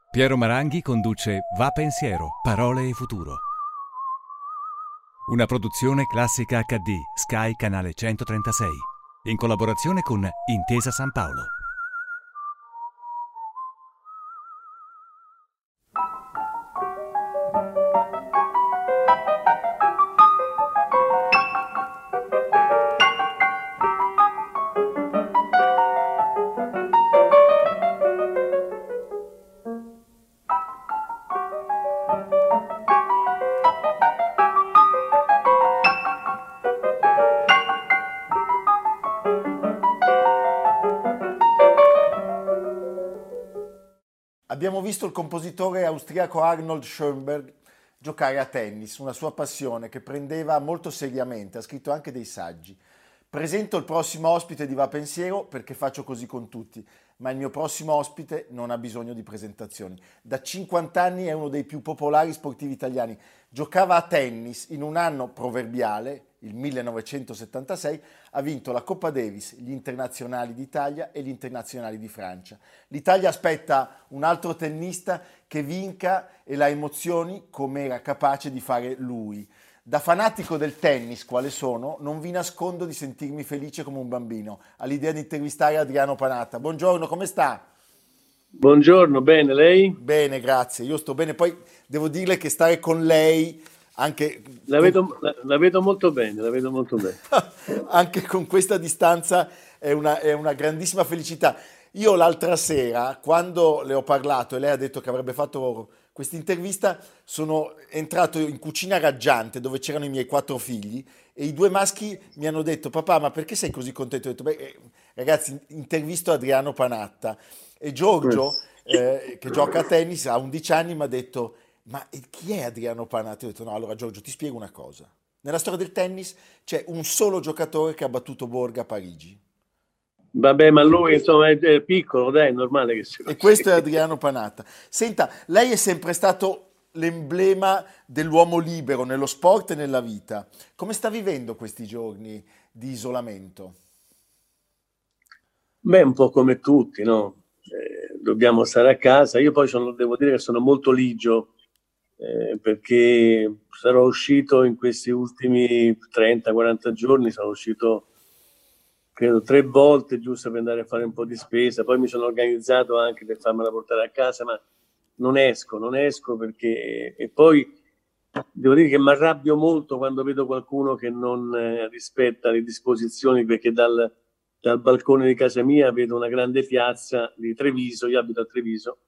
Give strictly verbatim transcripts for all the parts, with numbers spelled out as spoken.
Piero Maranghi conduce Va Pensiero, parole e futuro. Una produzione Classica acca di, Sky Canale centotrentasei, in collaborazione con Intesa San Paolo. Abbiamo visto il compositore austriaco Arnold Schoenberg giocare a tennis, una sua passione che prendeva molto seriamente, ha scritto anche dei saggi. Presento il prossimo ospite di Va Pensiero perché faccio così con tutti, ma il mio prossimo ospite non ha bisogno di presentazioni. Da cinquanta anni è uno dei più popolari sportivi italiani. Giocava a tennis in un anno proverbiale, il millenovecentosettantasei, ha vinto la Coppa Davis, gli internazionali d'Italia e gli internazionali di Francia. L'Italia aspetta un altro tennista che vinca e la emozioni come era capace di fare lui. Da fanatico del tennis, quale sono, non vi nascondo di sentirmi felice come un bambino all'idea di intervistare Adriano Panatta. Buongiorno, come sta? Buongiorno, bene, lei? Bene, grazie, io sto bene. Poi devo dirle che stare con lei, anche La vedo, la, la vedo molto bene, la vedo molto bene. anche con questa distanza è una, è una grandissima felicità. Io l'altra sera, quando le ho parlato e lei ha detto che avrebbe fatto questa intervista, sono entrato in cucina raggiante dove c'erano i miei quattro figli e i due maschi mi hanno detto: papà, ma perché sei così contento? Ho detto: beh, eh, ragazzi, intervisto Adriano Panatta. E Giorgio, eh, che gioca a tennis, ha undici anni, mi ha detto: ma chi è Adriano Panatta? Io ho detto: no, allora Giorgio, ti spiego una cosa. Nella storia del tennis c'è un solo giocatore che ha battuto Borg a Parigi. Vabbè, ma lui insomma è piccolo, dai, è normale che sia così. E questo è Adriano Panatta. Senta, lei è sempre stato l'emblema dell'uomo libero nello sport e nella vita. Come sta vivendo questi giorni di isolamento? Beh, un po' come tutti, no? Eh, dobbiamo stare a casa. Io poi sono, devo dire che sono molto ligio, eh, perché sarò uscito in questi ultimi trenta quaranta giorni, sono uscito credo tre volte giusto per andare a fare un po' di spesa, poi mi sono organizzato anche per farmela portare a casa, ma non esco, non esco perché... E poi devo dire che mi arrabbio molto quando vedo qualcuno che non eh, rispetta le disposizioni, perché dal, dal balcone di casa mia vedo una grande piazza di Treviso, io abito a Treviso,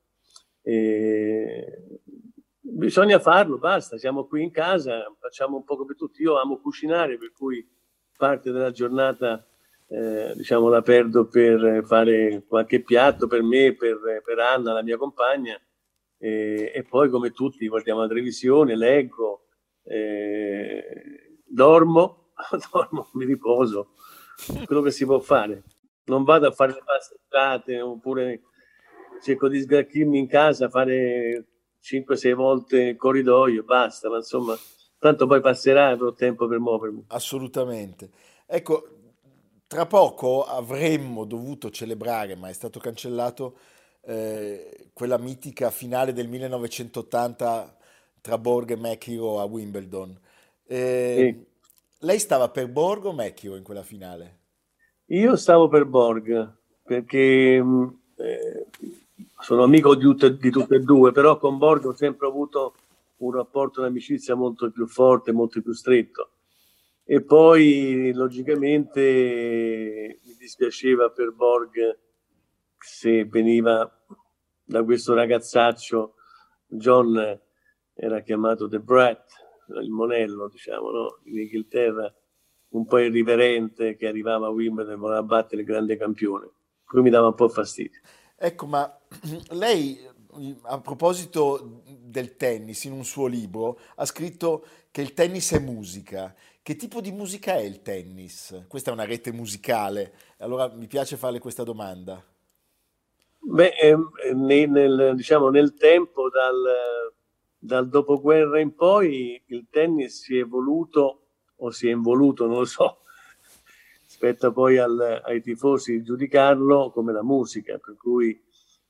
e bisogna farlo, basta, siamo qui in casa, facciamo un po' come tutti. Io amo cucinare, per cui parte della giornata Eh, diciamo la perdo per fare qualche piatto per me, per, per Anna, la mia compagna, e, e poi come tutti guardiamo la televisione, leggo, eh, dormo, dormo, mi riposo, quello che si può fare. Non vado a fare le passeggiate, oppure cerco di sgranchirmi in casa, fare cinque sei volte il corridoio, basta, ma insomma, tanto poi passerà, avrò tempo per muovermi. Assolutamente. Ecco, tra poco avremmo dovuto celebrare, ma è stato cancellato, eh, quella mitica finale del millenovecentottanta tra Borg e McEnroe a Wimbledon. Sì. Eh, lei stava per Borg o McEnroe in quella finale? Io stavo per Borg perché mh, eh, sono amico di tutte, di tutte e due, però con Borg ho sempre avuto un rapporto di amicizia molto più forte, molto più stretto. E poi, logicamente, mi dispiaceva per Borg se veniva da questo ragazzaccio. John era chiamato The Brat, il monello, diciamo, no? In Inghilterra, un po' irriverente, che arrivava a Wimbledon e voleva battere il grande campione. Qui mi dava un po' fastidio. Ecco, ma lei, a proposito del tennis, in un suo libro ha scritto che il tennis è musica. Che tipo di musica è il tennis? Questa è una rete musicale, allora mi piace farle questa domanda. Beh, ehm, nel, nel- diciamo, nel tempo, dal, dal dopoguerra in poi, il tennis si è evoluto, o si è involuto, non lo so, spetta poi al- ai tifosi giudicarlo, come la musica, per cui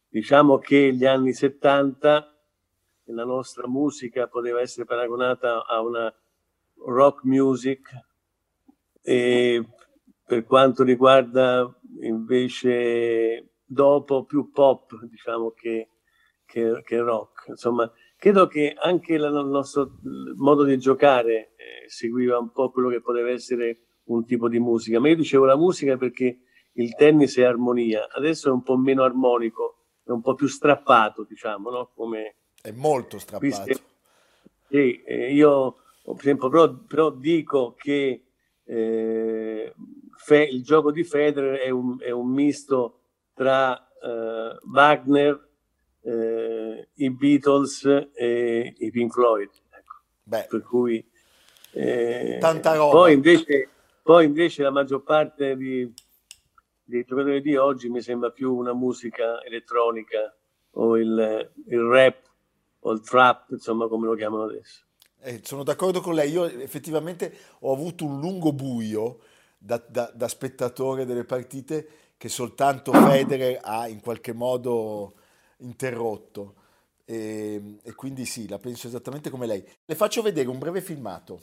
diciamo che gli anni settanta la nostra musica poteva essere paragonata a una rock music, e per quanto riguarda invece dopo più pop, diciamo, che, che, che rock. Insomma, credo che anche la, il nostro modo di giocare eh, seguiva un po' quello che poteva essere un tipo di musica. Ma io dicevo la musica perché il tennis è armonia, adesso è un po' meno armonico, è un po' più strappato, diciamo, no? Come È molto qui strappato. se- sì, eh, io per esempio però, però dico che eh, Fe- il gioco di Federer è un, è un misto tra eh, Wagner, eh, i Beatles e i Pink Floyd, ecco. Beh, Per cui tanta eh, poi roba. invece, poi invece la maggior parte di, dei giocatori di oggi mi sembra più una musica elettronica o il, il rap o il trap, insomma, come lo chiamano adesso. Eh, sono d'accordo con lei. Io effettivamente ho avuto un lungo buio da, da- da spettatore delle partite che soltanto Federer ha in qualche modo interrotto. E, e quindi sì, la penso esattamente come lei. Le faccio vedere un breve filmato.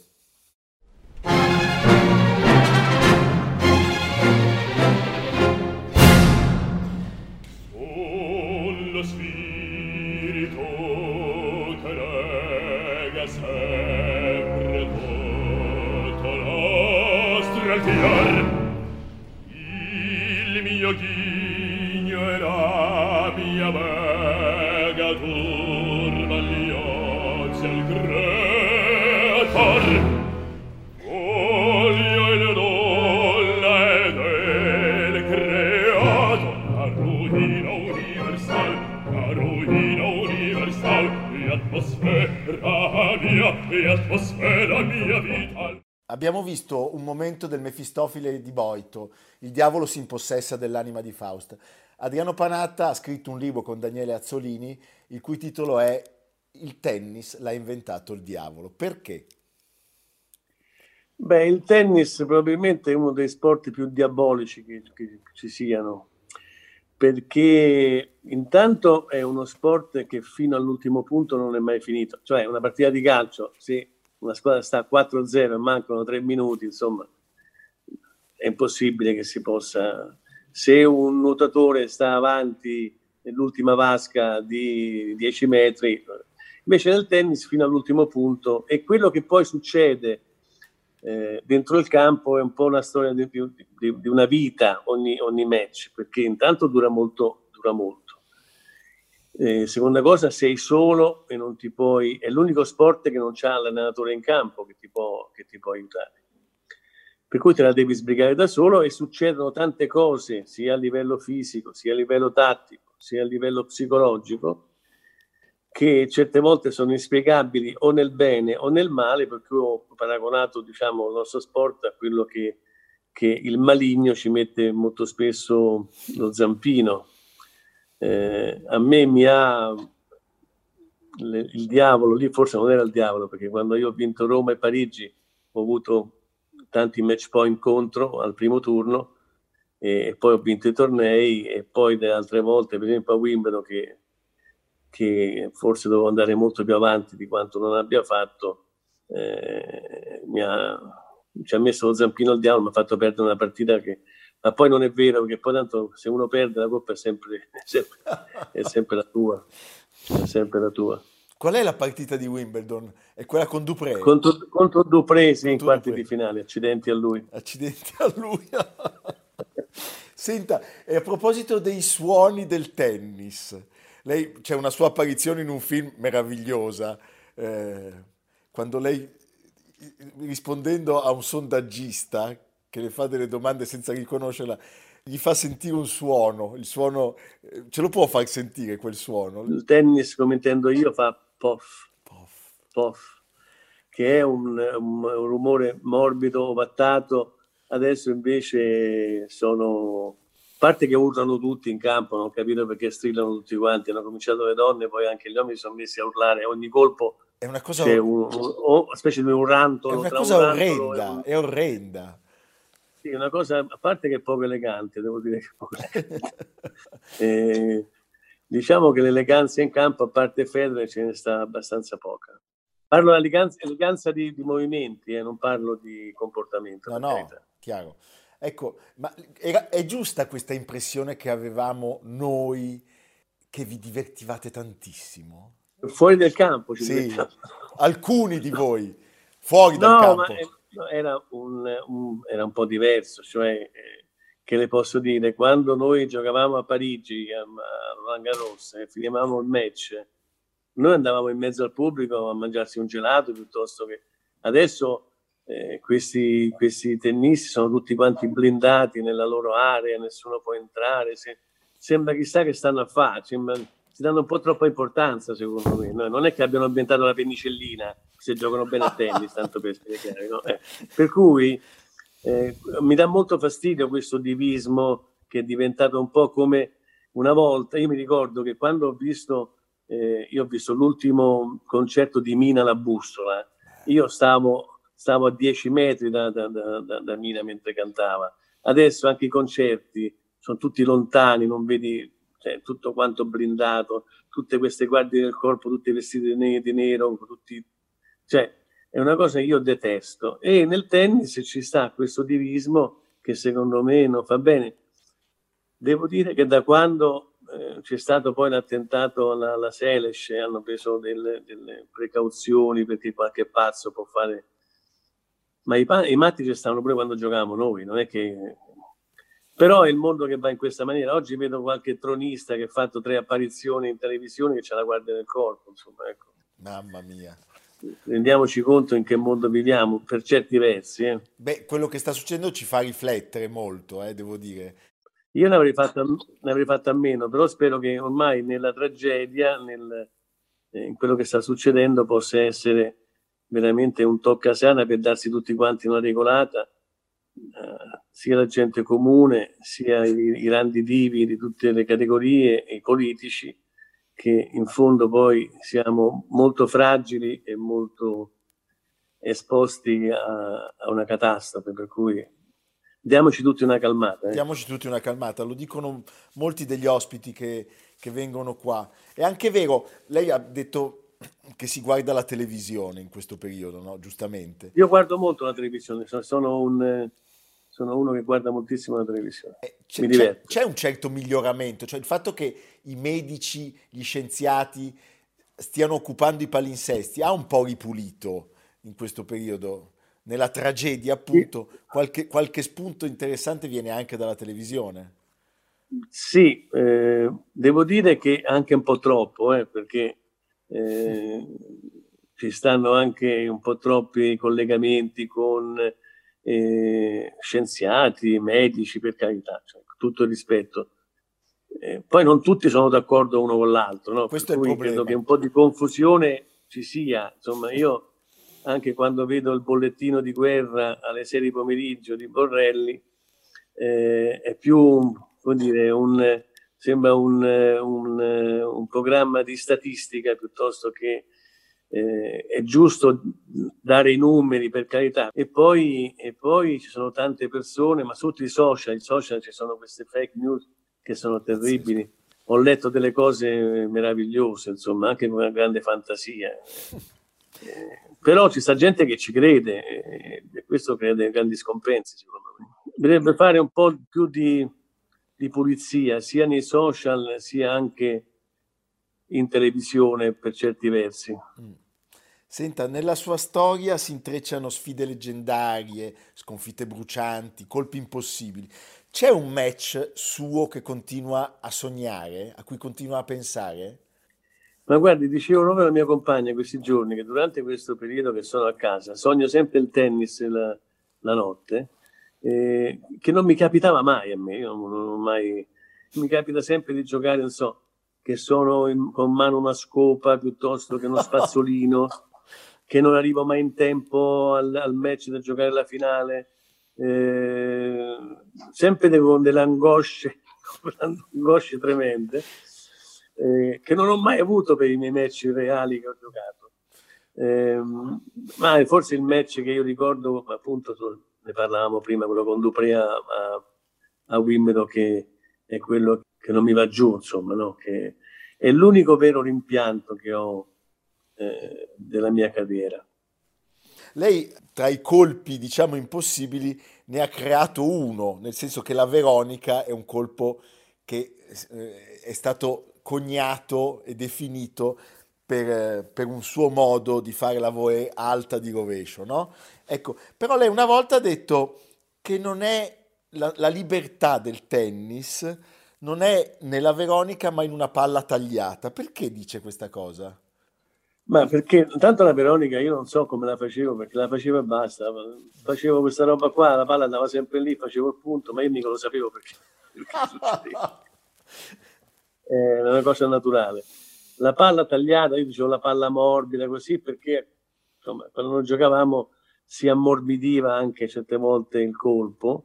Con lo spirito che lega sempre tutto nostro altiar, il mio ghigno e la mia vega turba gli occhi al creator. Voglio il nulla ed el creato, la ruina universal, la ruina universal, e atmosfera mia, e atmosfera mia vital. Abbiamo visto un momento del Mefistofele di Boito, il diavolo si impossessa dell'anima di Faust. Adriano Panatta ha scritto un libro con Daniele Azzolini, il cui titolo è Il tennis l'ha inventato il diavolo. Perché? Beh, il tennis probabilmente è uno dei sport più diabolici che, che ci siano, perché intanto è uno sport che fino all'ultimo punto non è mai finito. Cioè una partita di calcio, se una squadra sta a quattro a zero e mancano tre minuti, insomma, è impossibile che si possa... Se un nuotatore sta avanti nell'ultima vasca di dieci metri, invece nel tennis fino all'ultimo punto, e quello che poi succede Eh, dentro il campo è un po' una storia di, di, di una vita ogni, ogni match, perché intanto dura molto, dura molto. Eh, seconda cosa, sei solo e non ti puoi, è l'unico sport che non c'ha l'allenatore in campo che ti può, che ti può aiutare. Per cui te la devi sbrigare da solo e succedono tante cose, sia a livello fisico, sia a livello tattico, sia a livello psicologico, che certe volte sono inspiegabili o nel bene o nel male, perché ho paragonato, diciamo, il nostro sport a quello che, che il maligno ci mette molto spesso lo zampino. Eh, a me mi ha le, il diavolo, lì forse non era il diavolo, perché quando io ho vinto Roma e Parigi ho avuto tanti match point contro al primo turno, e, e poi ho vinto i tornei, e poi delle altre volte, per esempio a Wimbledon, che che forse dovevo andare molto più avanti di quanto non abbia fatto, eh, mi ha, ci ha messo lo zampino al diavolo, mi ha fatto perdere una partita che... Ma poi non è vero, perché poi tanto se uno perde la coppa è sempre, è sempre, è sempre la tua, è sempre la tua. Qual è la partita di Wimbledon? È quella con Dupré? Contro, contro Dupré, sì, in Contro quarti Dupré. di finale, accidenti a lui. Accidenti a lui. Senta, e a proposito dei suoni del tennis, lei c'è una sua apparizione in un film meravigliosa, eh, quando lei, rispondendo a un sondaggista che le fa delle domande senza riconoscerla, gli fa sentire un suono, il suono, eh, ce lo può far sentire quel suono? Il tennis, come intendo io, fa poff, Pof. poff, che è un, un, un rumore morbido, ovattato. Adesso invece sono... A parte che urlano tutti in campo, non ho capito perché strillano tutti quanti, hanno cominciato le donne, poi anche gli uomini si sono messi a urlare, ogni colpo È una cosa, c'è un, un, un- una specie di un è rantolo, una tra un cosa rantolo e orrenda, un... è orrenda. Sì, una cosa, a parte che è poco elegante, devo dire che è poco elegante. Eh, diciamo che l'eleganza in campo, a parte Federer, ce ne sta abbastanza poca. Parlo di eleganza, eleganza di, di movimenti, eh, non parlo di comportamento. No, Per carità. no, chiaro. Ecco, ma era- è giusta questa impressione che avevamo noi che vi divertivate tantissimo? Fuori del campo ci Sì, divertiamo. alcuni di voi, fuori dal No, ma campo. eh, no, era un, un- era un po' diverso, cioè, eh, che le posso dire, quando noi giocavamo a Parigi, a, a Roland Garros, e finivamo il match, noi andavamo in mezzo al pubblico a mangiarsi un gelato piuttosto che... Adesso eh, questi, questi tennisti sono tutti quanti blindati nella loro area, nessuno può entrare, se- sembra chissà che stanno a fare, sembra- si danno un po' troppa importanza secondo me, no? Non è che abbiano inventato la penicillina se giocano bene a tennis, tanto per essere chiari, no? Eh, per cui eh, mi dà molto fastidio questo divismo che è diventato un po' come una volta. Io mi ricordo che quando ho visto, eh, io ho visto l'ultimo concerto di Mina la Bussola, io stavo, stavo a dieci metri da, da, da, da, da Mina mentre cantava. Adesso anche i concerti sono tutti lontani, non vedi, cioè, tutto quanto blindato, tutte queste guardie del corpo, tutti vestiti di, ne- di nero, tutti, cioè, è una cosa che io detesto. E nel tennis ci sta questo divismo che secondo me non fa bene. Devo dire che da quando eh, c'è stato poi l'attentato alla, alla Seles, hanno preso delle, delle precauzioni perché qualche pazzo può fare... Ma i, pa- i matti ci stavano pure quando giocavamo noi, non è che... Però è il mondo che va in questa maniera. Oggi vedo qualche tronista che ha fatto tre apparizioni in televisione che c'ha la guardia del corpo, insomma, ecco. Mamma mia. Rendiamoci conto in che mondo viviamo, per certi versi. Eh. Beh, quello che sta succedendo ci fa riflettere molto, eh, devo dire. Io ne avrei fatto, ne avrei fatto a meno, però spero che ormai nella tragedia, nel, eh, in quello che sta succedendo, possa essere veramente un toccasana per darsi tutti quanti una regolata, eh, sia la gente comune, sia i, i grandi divi di tutte le categorie e i politici, che in fondo poi siamo molto fragili e molto esposti a, a una catastrofe, per cui diamoci tutti una calmata. Eh. Diamoci tutti una calmata, lo dicono molti degli ospiti che, che vengono qua. È anche vero, lei ha detto che si guarda la televisione in questo periodo, no? Giustamente. Io guardo molto la televisione, so- sono, un, eh, sono uno che guarda moltissimo la televisione, Eh, mi C'è c'è- diverte. c'è un certo miglioramento, cioè il fatto che i medici, gli scienziati stiano occupando i palinsesti ha un po' ripulito in questo periodo. Nella tragedia, Sì, appunto, qualche, qualche spunto interessante viene anche dalla televisione. sì, eh, devo dire che anche un po' troppo, eh, perché eh, ci stanno anche un po' troppi collegamenti con eh, scienziati, medici, per carità, cioè, con tutto il rispetto. Eh, poi non tutti sono d'accordo uno con l'altro, no? Per Questo è il cui credo che problema. un po' di confusione ci sia. Insomma, io anche quando vedo il bollettino di guerra alle sei di pomeriggio di Borrelli, eh, è più, come dire, un, sembra un, un, un programma di statistica piuttosto che eh, è giusto dare i numeri, per carità. E poi, e poi ci sono tante persone, ma sotto i social, i social ci sono queste fake news che sono Pazzesco. terribili. Ho letto delle cose meravigliose, insomma, anche con una grande fantasia. Eh, però ci sta gente che ci crede eh, e questo crea dei grandi scompensi, secondo me. Bisognerebbe fare un po' più di, di pulizia, sia nei social, sia anche in televisione, per certi versi. Mm. Senta, nella sua storia si intrecciano sfide leggendarie, sconfitte brucianti, colpi impossibili. C'è un match suo che continua a sognare, a cui continua a pensare? Ma guardi, dicevo proprio alla mia compagna questi giorni che durante questo periodo che sono a casa sogno sempre il tennis la, la notte, eh, che non mi capitava mai a me, io non, non ho mai, mi capita sempre di giocare, non so, che sono in- con mano una scopa piuttosto che uno spazzolino, che non arrivo mai in tempo al, al match da giocare la finale, eh, sempre de- con delle angosce, con angosce tremende eh, che non ho mai avuto per i miei match reali che ho giocato. Eh, ma forse il match che io ricordo, appunto, ne parlavamo prima, quello con Dupré a, a, a Wimbledon, che è quello che non mi va giù, insomma, no? Che è l'unico vero rimpianto che ho eh, della mia carriera. Lei tra i colpi, diciamo, impossibili ne ha creato uno, nel senso che la Veronica è un colpo che eh, è stato coniato e definito per, eh, per un suo modo di fare la voe alta di rovescio, no? Ecco, però lei una volta ha detto che non è la, la libertà del tennis, non è nella Veronica ma in una palla tagliata. Perché dice questa cosa? Ma perché tanto la Veronica io non so come la facevo, perché la facevo e basta, facevo questa roba qua, la palla andava sempre lì, facevo il punto, ma io mica lo sapevo perché, perché succedeva. È una cosa naturale. La palla tagliata, io dicevo la palla morbida così, perché insomma quando noi giocavamo si ammorbidiva anche certe volte il colpo,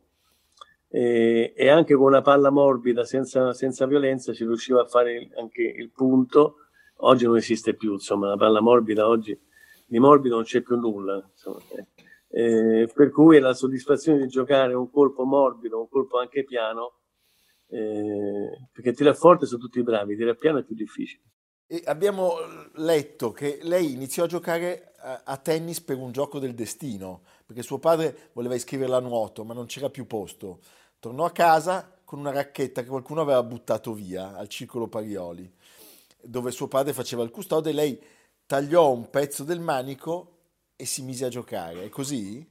e, e anche con una palla morbida senza, senza violenza si riusciva a fare anche il punto. Oggi non esiste più, insomma, la palla morbida oggi, di morbido non c'è più nulla, insomma. Eh, per cui la soddisfazione di giocare un colpo morbido, un colpo anche piano, eh, perché tirare forte sono tutti bravi, tirare piano è più difficile. E abbiamo letto che lei iniziò a giocare a, a tennis per un gioco del destino, perché suo padre voleva iscriverla a nuoto, ma non c'era più posto. Tornò a casa con una racchetta che qualcuno aveva buttato via al Circolo Parioli, dove suo padre faceva il custode, e lei tagliò un pezzo del manico e si mise a giocare. È così?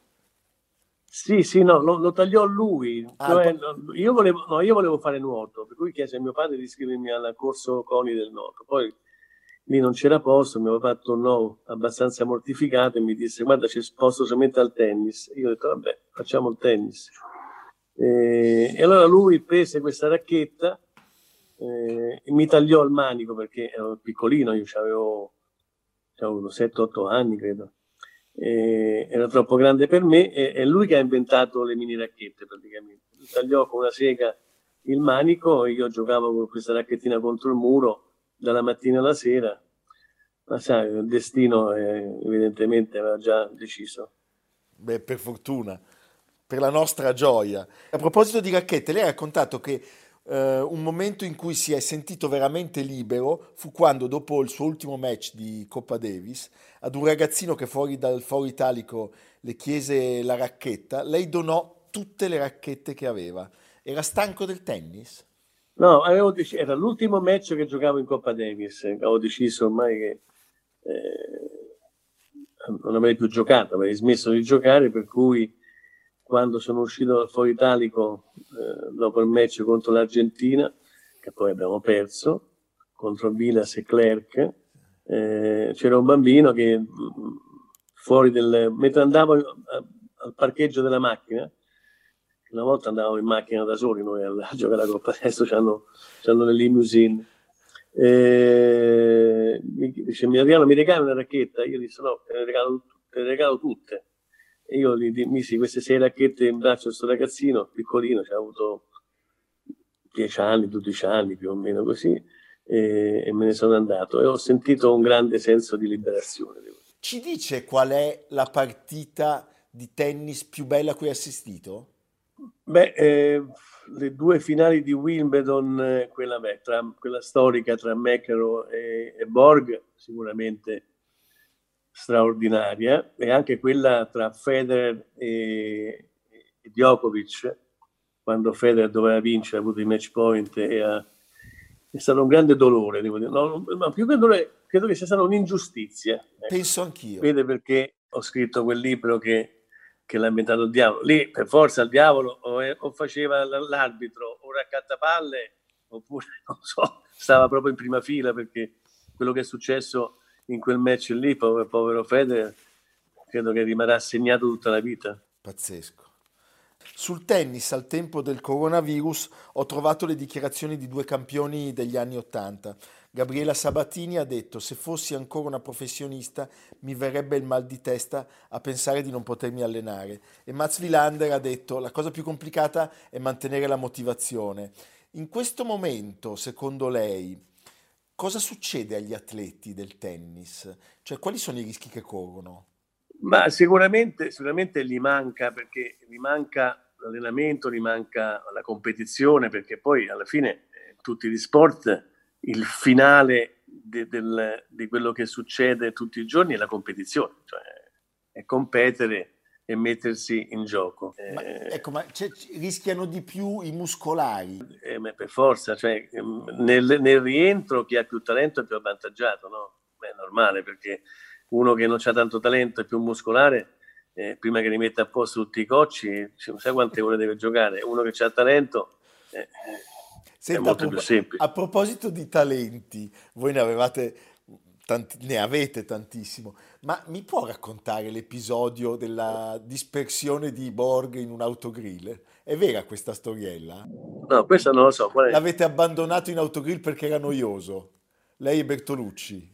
Sì, sì, no, lo, lo tagliò lui. Ah, Cioè, il pa- no, io volevo, no, io volevo fare nuoto, per cui chiese a mio padre di iscrivermi al corso CONI del nuoto. Poi lì non c'era posto, mi aveva fatto un no abbastanza mortificato e mi disse: guarda, c'è posto solamente al tennis. Io ho detto: vabbè, facciamo il tennis. E, e allora lui prese questa racchetta, eh, e mi tagliò il manico perché ero piccolino, io avevo sette otto anni, credo. Eh, era troppo grande per me, e è lui che ha inventato le mini racchette praticamente. Lui tagliò con una sega il manico e io giocavo con questa racchettina contro il muro dalla mattina alla sera, ma sai, il destino eh, evidentemente aveva già deciso. Beh, per fortuna, per la nostra gioia. A proposito di racchette, lei ha raccontato che eh, un momento in cui si è sentito veramente libero fu quando, dopo il suo ultimo match di Coppa Davis, ad un ragazzino che fuori dal Foro Italico le chiese la racchetta, lei donò tutte le racchette che aveva. Era stanco del tennis? No, avevo dec- era l'ultimo match che giocavo in Coppa Davis, avevo deciso ormai che eh, non avrei più giocato, avrei smesso di giocare, per cui quando sono uscito dal Foro Italico eh, dopo il match contro l'Argentina, che poi abbiamo perso, contro Vilas e Clerc, eh, c'era un bambino che fuori del... mentre andavo al parcheggio della macchina, una volta andavamo in macchina da soli noi a giocare a Coppa, adesso c'hanno, c'hanno le limousine. E mi dice: mi Adriano, mi regali una racchetta? Io dissi: no, te ne regalo, te ne regalo tutte. E io gli misi queste sei racchette in braccio a questo ragazzino piccolino, c'ha avuto dieci anni, dodici anni più o meno così, e, e me ne sono andato e ho sentito un grande senso di liberazione. Ci dice qual è la partita di tennis più bella a cui ha assistito? Beh, eh, le due finali di Wimbledon, eh, quella, beh, tra, quella storica tra McEnroe e, e Borg, sicuramente straordinaria, e anche quella tra Federer e, e Djokovic, quando Federer doveva vincere, ha avuto i match point, e ha, è stato un grande dolore, devo dire. No, ma più che dolore, credo che sia stata un'ingiustizia. Ecco. Penso anch'io. Vede perché ho scritto quel libro che che l'ha inventato il diavolo. Lì per forza il diavolo o, o faceva l'arbitro o raccattapalle, oppure non so, stava proprio in prima fila, perché quello che è successo in quel match lì, povero, povero Federer, credo che rimarrà segnato tutta la vita. Pazzesco. Sul tennis, al tempo del coronavirus, ho trovato le dichiarazioni di due campioni degli anni Ottanta. Gabriela Sabatini ha detto: se fossi ancora una professionista mi verrebbe il mal di testa a pensare di non potermi allenare. E Mats Wilander ha detto: la cosa più complicata è mantenere la motivazione. In questo momento, secondo lei, cosa succede agli atleti del tennis? Cioè, quali sono i rischi che corrono? Ma sicuramente, sicuramente gli manca, perché gli manca l'allenamento, gli manca la competizione, perché poi alla fine eh, tutti gli sport il finale de, del, di quello che succede tutti i giorni è la competizione, cioè è competere e mettersi in gioco. Ma, eh, ecco, ma rischiano di più i muscolari? Eh, per forza, cioè, nel, nel rientro chi ha più talento è più avvantaggiato, no? Beh, è normale, perché uno che non ha tanto talento è più muscolare, eh, prima che li metta a posto tutti i cocci, non sai quante ore deve giocare. Uno che ha talento eh, Senta, è molto a pro- più semplice. A proposito di talenti, voi ne avevate tanti, ne avete tantissimo, ma mi può raccontare l'episodio della dispersione di Borg in un autogrill? È vera questa storiella? No, questa non lo so. Qual è? L'avete abbandonato in autogrill perché era noioso, lei e Bertolucci.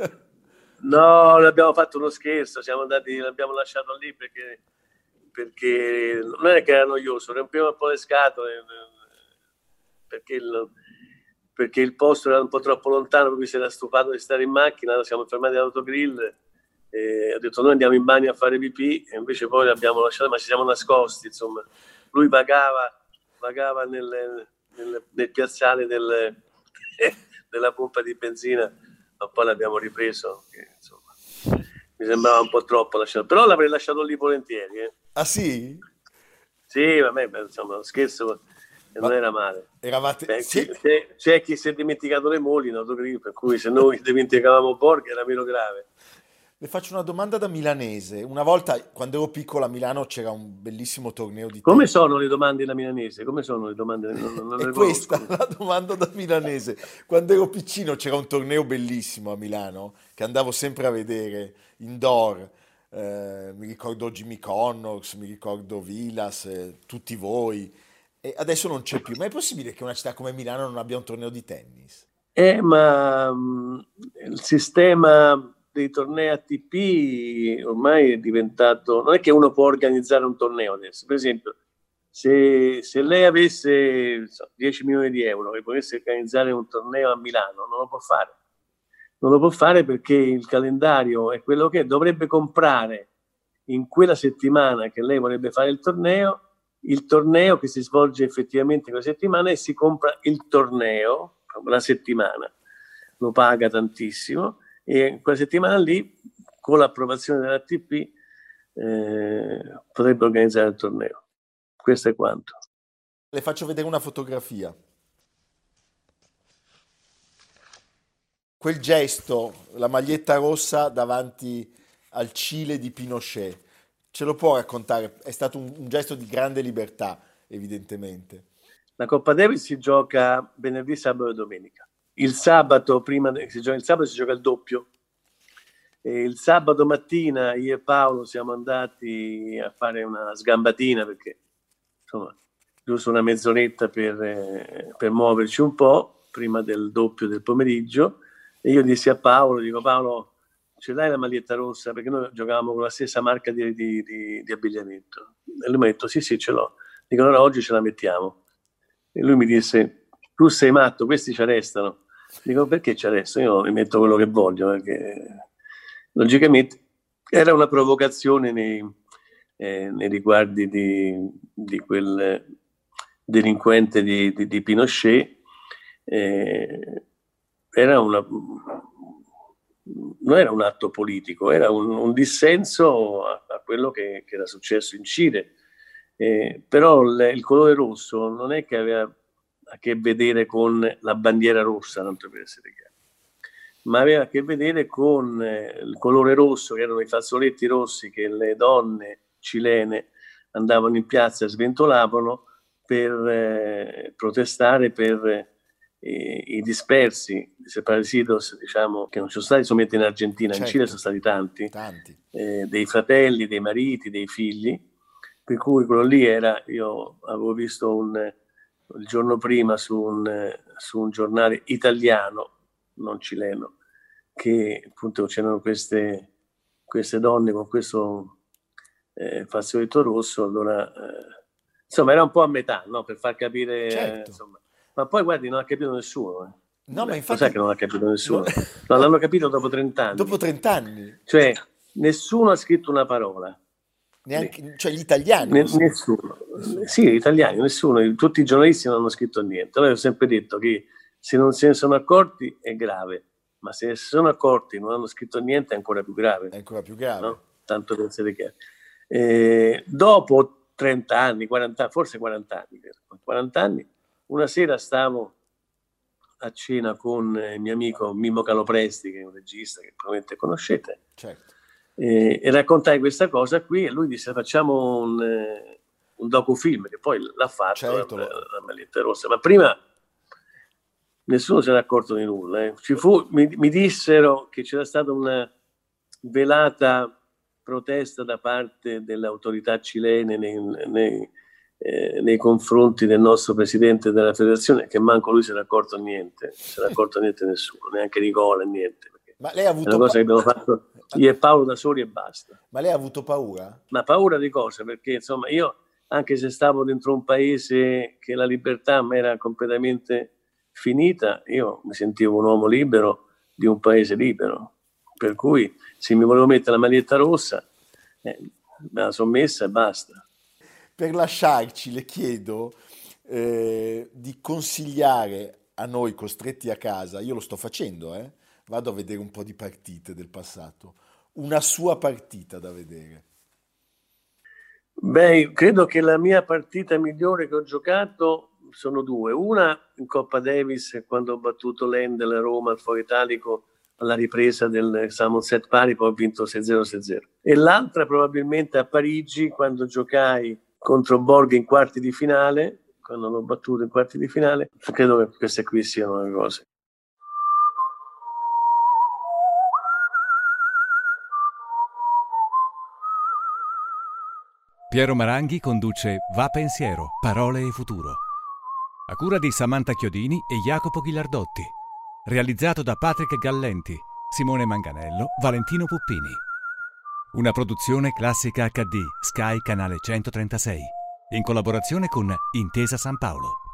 No, abbiamo fatto uno scherzo, siamo andati, l'abbiamo lasciato lì perché, perché non è che era noioso, riempiamo un po' le scatole, perché il, perché il posto era un po' troppo lontano, lui si era stufato di stare in macchina, siamo fermati all'autogrill e ho detto noi andiamo in bagno a fare pipì, e invece poi l'abbiamo lasciato, ma ci siamo nascosti, insomma. Lui vagava, vagava nel, nel, nel piazzale del, della pompa di benzina, ma poi l'abbiamo ripreso, che, insomma, mi sembrava un po' troppo lasciato, però l'avrei lasciato lì volentieri. Eh. Ah sì? Sì, vabbè, insomma, lo scherzo non era male. Eravate... Beh, sì. c'è, c'è chi si è dimenticato le moli in autogrill, per cui se noi dimenticavamo Borg era meno grave. Le faccio una domanda da milanese. Una volta, quando ero piccolo a Milano, c'era un bellissimo torneo di Come tennis. sono le domande da milanese? Come sono le domande? Non, non E le questa conosco. è la domanda da milanese. Quando ero piccino c'era un torneo bellissimo a Milano che andavo sempre a vedere indoor. Eh, mi ricordo Jimmy Connors, mi ricordo Vilas, eh, tutti voi. E adesso non c'è più. Ma è possibile che una città come Milano non abbia un torneo di tennis? Eh, ma mh, il sistema dei tornei A T P ormai è diventato... Non è che uno può organizzare un torneo adesso. Per esempio, se, se lei avesse so, dieci milioni di euro e potesse organizzare un torneo a Milano, non lo può fare. Non lo può fare perché il calendario è quello che è. Dovrebbe comprare in quella settimana che lei vorrebbe fare il torneo, il torneo che si svolge effettivamente in quella settimana, e si compra il torneo, la settimana, lo paga tantissimo, e in quella settimana lì, con l'approvazione dell'A T P, eh, potrebbe organizzare il torneo. Questo è quanto. Le faccio vedere una fotografia. Quel gesto, la maglietta rossa davanti al Cile di Pinochet, ce lo può raccontare? È stato un, un gesto di grande libertà, evidentemente. La Coppa Davis si gioca venerdì, sabato e domenica. Il sabato, prima si gioca, il sabato si gioca il doppio. E il sabato mattina io e Paolo siamo andati a fare una sgambatina perché, insomma, giusto una mezz'oretta per, eh, per muoverci un po' prima del doppio del pomeriggio. E io dissi a Paolo, dico Paolo, ce l'hai la maglietta rossa? Perché noi giocavamo con la stessa marca di, di, di, di abbigliamento. E lui mi ha detto sì, sì, ce l'ho. Dico allora oggi ce la mettiamo. E lui mi disse, tu sei matto, questi ci arrestano. Dico perché ci arrestano? Io mi metto quello che voglio, perché logicamente era una provocazione nei, eh, nei riguardi di, di quel delinquente di, di, di Pinochet. Eh, era una, non era un atto politico, era un, un dissenso a, a quello che, che era successo in Cile. Eh, però il, il colore rosso non è che aveva a che vedere con la bandiera rossa, tanto per essere chiaro, ma aveva a che vedere con eh, il colore rosso, che erano i fazzoletti rossi che le donne cilene andavano in piazza e sventolavano per eh, protestare per eh, i dispersi, i desaparecidos, diciamo, che non sono stati solamente in Argentina, Certo. in Cile sono stati tanti, Tanti. eh, dei fratelli, dei mariti, dei figli, per cui quello lì era, io avevo visto un, il giorno prima su un, su un giornale italiano, non cileno, che appunto c'erano queste, queste donne con questo eh, fazzoletto rosso, allora eh, insomma era un po' a metà, no? Per far capire, Certo. eh, insomma. Ma poi guardi, non ha capito nessuno. Eh. No, ma Beh, infatti... lo sai che non ha capito nessuno? No. No, l'hanno capito dopo trent'anni. Dopo trent'anni? Cioè, nessuno ha scritto una parola. Neanche, cioè gli italiani? Ne- non so. nessuno. Sì, gli italiani, nessuno. Tutti i giornalisti non hanno scritto niente. Allora, io ho sempre detto che se non se ne sono accorti è grave, ma se si sono accorti e non hanno scritto niente è ancora più grave. È ancora più grave. No? Tanto per essere chiaro. Eh, dopo trenta anni, quaranta, forse quaranta anni, quaranta anni, una sera stavo a cena con il mio amico Mimmo Calopresti, che è un regista che probabilmente conoscete, certo. eh, e raccontai questa cosa qui e lui disse facciamo un, eh, un docufilm, che poi l'ha fatto, certo. la, la Maglietta Rossa, ma prima nessuno se n'è accorto di nulla. Eh. Ci fu, mi, mi dissero che c'era stata una velata protesta da parte delle autorità cilene nei, nei, eh, nei confronti del nostro presidente della federazione, che manco lui se n'è accorto niente, se n'è accorto niente nessuno, neanche Nicola, niente. Ma lei ha avuto è una cosa pa- che abbiamo fatto io e Paolo da soli e basta. Ma lei ha avuto paura? Ma paura di cosa? Perché insomma io, anche se stavo dentro un paese che la libertà mi era completamente finita, io mi sentivo un uomo libero di un paese libero, per cui se mi volevo mettere la maglietta rossa eh, me la sono messa e basta. Per lasciarci le chiedo eh, di consigliare a noi costretti a casa, io lo sto facendo, eh, vado a vedere un po' di partite del passato, una sua partita da vedere. Beh, credo che la mia partita migliore che ho giocato sono due. Una in Coppa Davis, quando ho battuto l'Endel a Roma al Foro Italico alla ripresa del Salmon Set pari, poi ho vinto sei zero sei zero. E l'altra probabilmente a Parigi, quando giocai contro Borg in quarti di finale, quando l'ho battuto in quarti di finale. Credo che queste qui siano le cose. Piero Maranghi conduce Va Pensiero, parole e futuro. A cura di Samantha Chiodini e Jacopo Ghilardotti. Realizzato da Patrick Gallenti, Simone Manganello, Valentino Puppini. Una produzione Classica acca di, Sky Canale centotrentasei. In collaborazione con Intesa San Paolo.